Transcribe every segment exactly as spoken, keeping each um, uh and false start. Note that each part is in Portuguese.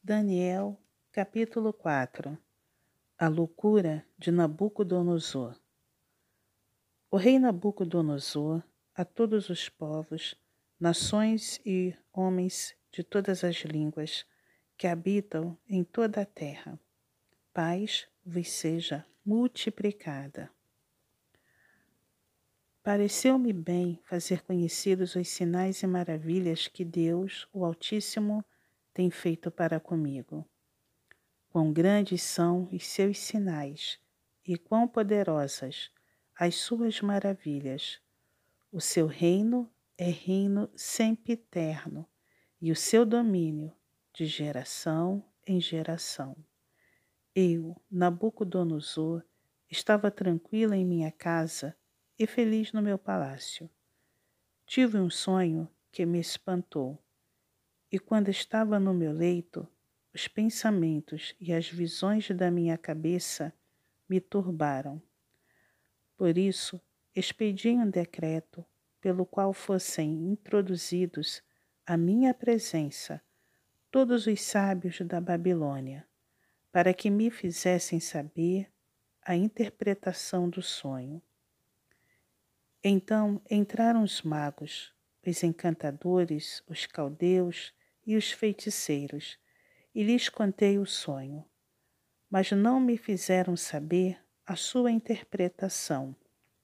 Daniel, capítulo quatro. A loucura de Nabucodonosor. O rei Nabucodonosor, a todos os povos, nações e homens de todas as línguas que habitam em toda a terra, paz vos seja multiplicada. Pareceu-me bem fazer conhecidos os sinais e maravilhas que Deus, o Altíssimo, tem feito para comigo. Quão grandes são os seus sinais e quão poderosas as suas maravilhas. O seu reino é reino sempiterno e o seu domínio de geração em geração. Eu, Nabucodonosor, estava tranquila em minha casa e feliz no meu palácio. Tive um sonho que me espantou, e quando estava no meu leito, os pensamentos e as visões da minha cabeça me turbaram. Por isso, expedi um decreto pelo qual fossem introduzidos à minha presença todos os sábios da Babilônia, para que me fizessem saber a interpretação do sonho. Então entraram os magos, os encantadores, os caldeus e os feiticeiros, e lhes contei o sonho, mas não me fizeram saber a sua interpretação.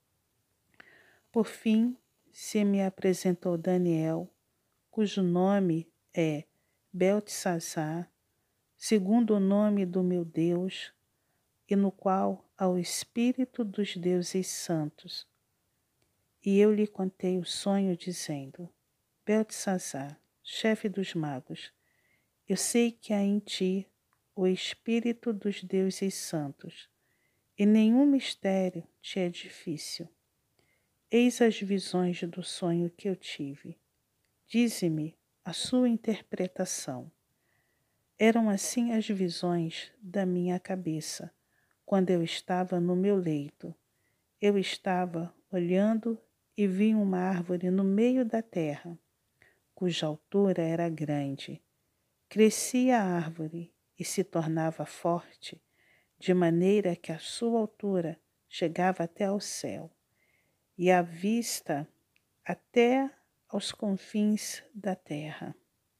Por fim, se me apresentou Daniel, cujo nome é Beltesazar, segundo o nome do meu Deus, e no qual há o Espírito dos deuses santos. E eu lhe contei o sonho, dizendo: Beltesazar, chefe dos magos, eu sei que há em ti o Espírito dos deuses santos, e nenhum mistério te é difícil. Eis as visões do sonho que eu tive. Dize-me a sua interpretação. Eram assim as visões da minha cabeça, quando eu estava no meu leito. Eu estava olhando e vi uma árvore no meio da terra, cuja altura era grande. Crescia a árvore e se tornava forte, de maneira que a sua altura chegava até ao céu, e a vista até aos confins da terra.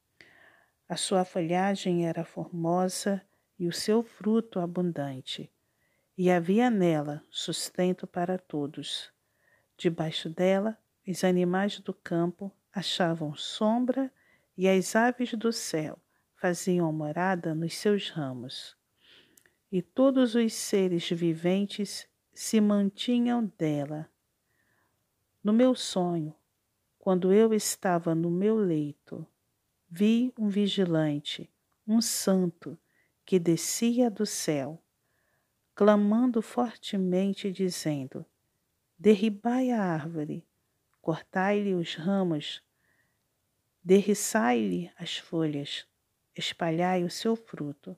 A sua folhagem era formosa e o seu fruto abundante, e havia nela sustento para todos. Debaixo dela, os animais do campo achavam sombra e as aves do céu faziam morada nos seus ramos. E todos os seres viventes se mantinham dela. No meu sonho, quando eu estava no meu leito, vi um vigilante, um santo, que descia do céu, clamando fortemente, dizendo: derribai a árvore, cortai-lhe os ramos, derriçai-lhe as folhas, espalhai o seu fruto.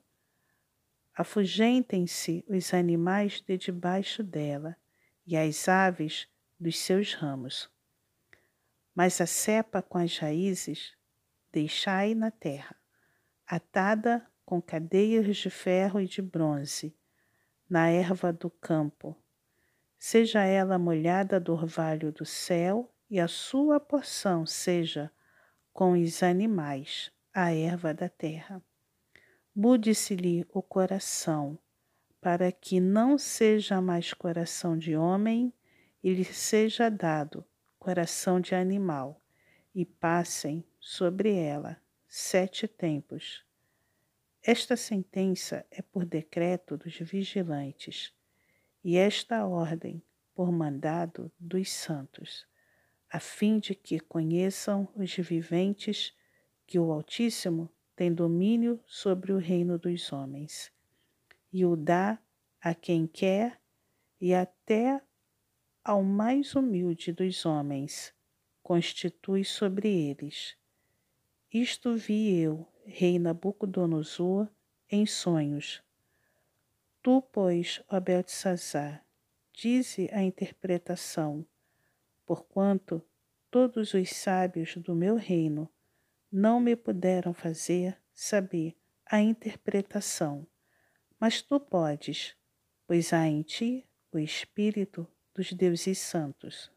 Afugentem-se os animais de debaixo dela e as aves dos seus ramos. Mas a cepa com as raízes deixai na terra, atada com cadeias de ferro e de bronze, na erva do campo. Seja ela molhada do orvalho do céu, e a sua porção seja com os animais, a erva da terra. Mude-se-lhe o coração, para que não seja mais coração de homem, e lhe seja dado coração de animal, e passem sobre ela sete tempos. Esta sentença é por decreto dos vigilantes, e esta ordem por mandado dos santos, a fim de que conheçam os viventes que o Altíssimo tem domínio sobre o reino dos homens, e o dá a quem quer e até ao mais humilde dos homens, constitui sobre eles. Isto vi eu, rei Nabucodonosor, em sonhos. Tu, pois, ó Beltesazar, dize a interpretação, porquanto todos os sábios do meu reino não me puderam fazer saber a interpretação, mas tu podes, pois há em ti o Espírito dos deuses santos.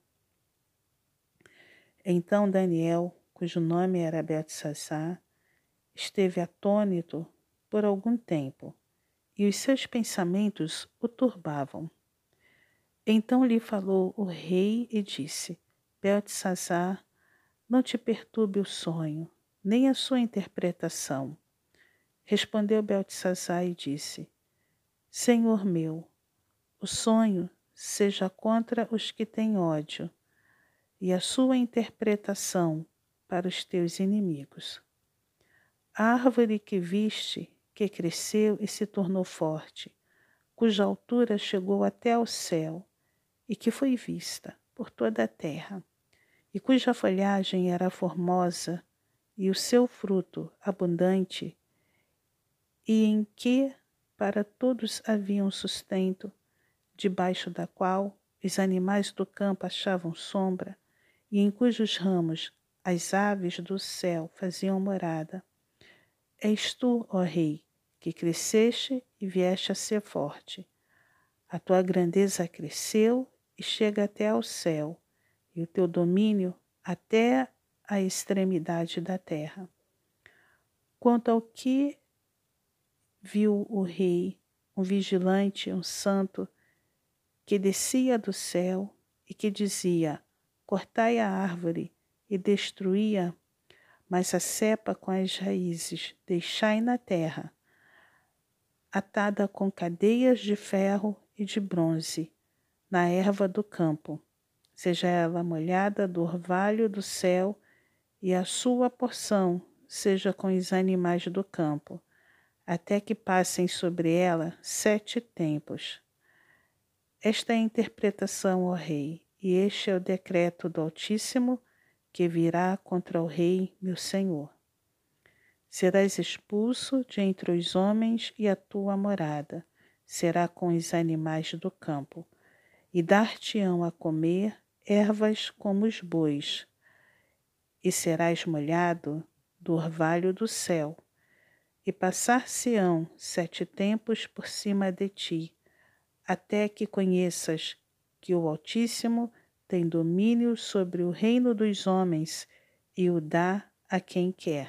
Então Daniel, cujo nome era Beltesazar, esteve atônito por algum tempo, e os seus pensamentos o turbavam. Então lhe falou o rei e disse: Beltesazar, não te perturbe o sonho, nem a sua interpretação. Respondeu Beltesazar e disse: Senhor meu, o sonho seja contra os que têm ódio, e a sua interpretação para os teus inimigos. A árvore que viste, que cresceu e se tornou forte, cuja altura chegou até ao céu, e que foi vista por toda a terra, e cuja folhagem era formosa, e o seu fruto abundante, e em que para todos havia um sustento, debaixo da qual os animais do campo achavam sombra, e em cujos ramos as aves do céu faziam morada. És tu, ó Rei, que cresceste e vieste a ser forte. A tua grandeza cresceu e chega até ao céu, e o teu domínio até a extremidade da terra. Quanto ao que viu o rei, um vigilante, um santo, que descia do céu e que dizia: cortai a árvore e destruí-a, mas a cepa com as raízes deixai na terra, atada com cadeias de ferro e de bronze, na erva do campo, seja ela molhada do orvalho do céu, e a sua porção seja com os animais do campo, até que passem sobre ela sete tempos. Esta é a interpretação, ó Rei, e este é o decreto do Altíssimo que virá contra o Rei, meu Senhor. Serás expulso de entre os homens, e a tua morada será com os animais do campo, e dar-te-ão a comer ervas como os bois, e serás molhado do orvalho do céu, e passar-se-ão sete tempos por cima de ti, até que conheças que o Altíssimo tem domínio sobre o reino dos homens e o dá a quem quer.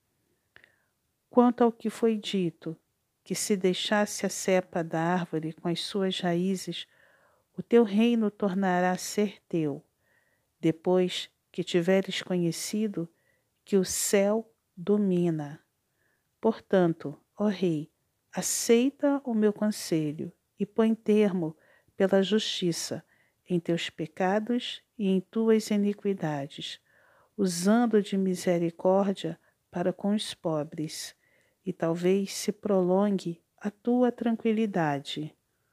Quanto ao que foi dito, que se deixasse a cepa da árvore com as suas raízes, o teu reino tornará a ser teu, depois que tiveres conhecido que o céu domina. Portanto, ó Rei, aceita o meu conselho e põe termo pela justiça em teus pecados e em tuas iniquidades, usando de misericórdia para com os pobres, e talvez se prolongue a tua tranquilidade.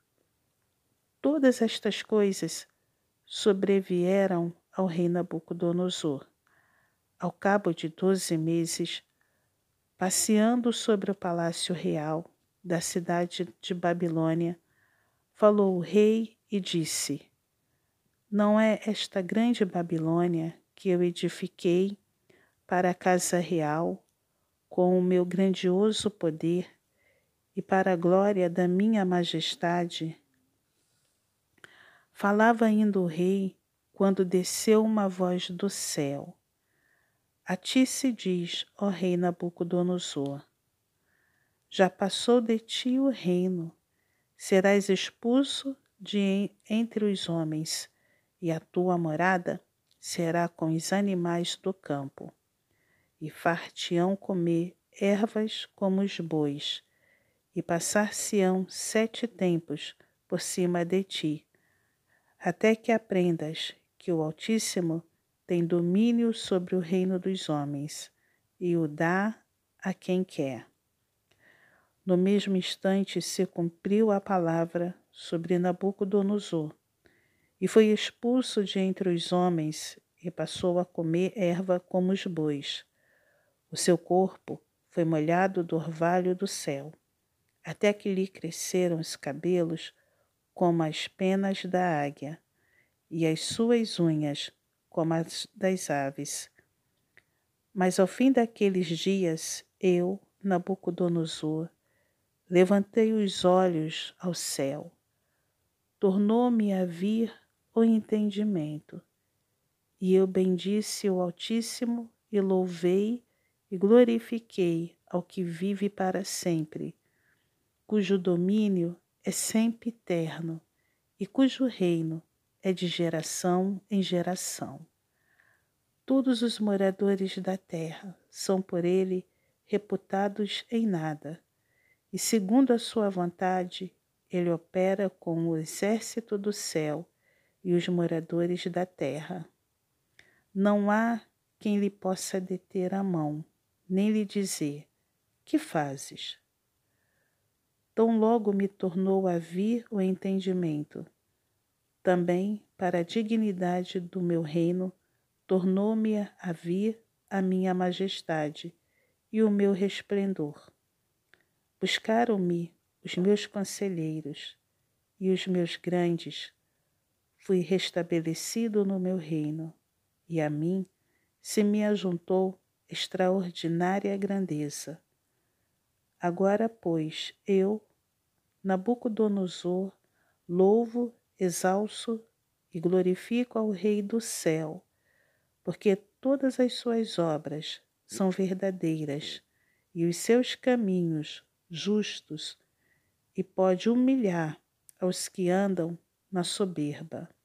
Todas estas coisas sobrevieram ao rei Nabucodonosor. Ao cabo de doze meses, passeando sobre o palácio real da cidade de Babilônia, falou o rei e disse: Não é esta grande Babilônia que eu edifiquei para a casa real, com o meu grandioso poder e para a glória da minha majestade? Falava ainda o rei, quando desceu uma voz do céu: A ti se diz, ó rei Nabucodonosor, já passou de ti o reino, serás expulso de entre os homens, e a tua morada será com os animais do campo, e far-te-ão comer ervas como os bois, e passar-se-ão sete tempos por cima de ti, até que aprendas que o Altíssimo tem domínio sobre o reino dos homens, e o dá a quem quer. No mesmo instante se cumpriu a palavra sobre Nabucodonosor, e foi expulso de entre os homens, e passou a comer erva como os bois. O seu corpo foi molhado do orvalho do céu, até que lhe cresceram os cabelos como as penas da águia, e as suas unhas como as das aves. Mas ao fim daqueles dias, eu, Nabucodonosor, levantei os olhos ao céu. Tornou-me a vir o entendimento. E eu bendisse o Altíssimo e louvei e glorifiquei ao que vive para sempre, cujo domínio é sempre eterno e cujo reino é de geração em geração. Todos os moradores da terra são por ele reputados em nada, e segundo a sua vontade, ele opera com o exército do céu e os moradores da terra. Não há quem lhe possa deter a mão, nem lhe dizer: que fazes? Tão logo me tornou a vir o entendimento. Também, para a dignidade do meu reino, tornou-me a vir a minha majestade e o meu resplendor. Buscaram-me os meus conselheiros e os meus grandes. Fui restabelecido no meu reino, e a mim se me ajuntou extraordinária grandeza. Agora, pois, eu, Nabucodonosor, louvo, exalço e glorifico ao Rei do céu, porque todas as suas obras são verdadeiras e os seus caminhos justos, e pode humilhar aos que andam na soberba.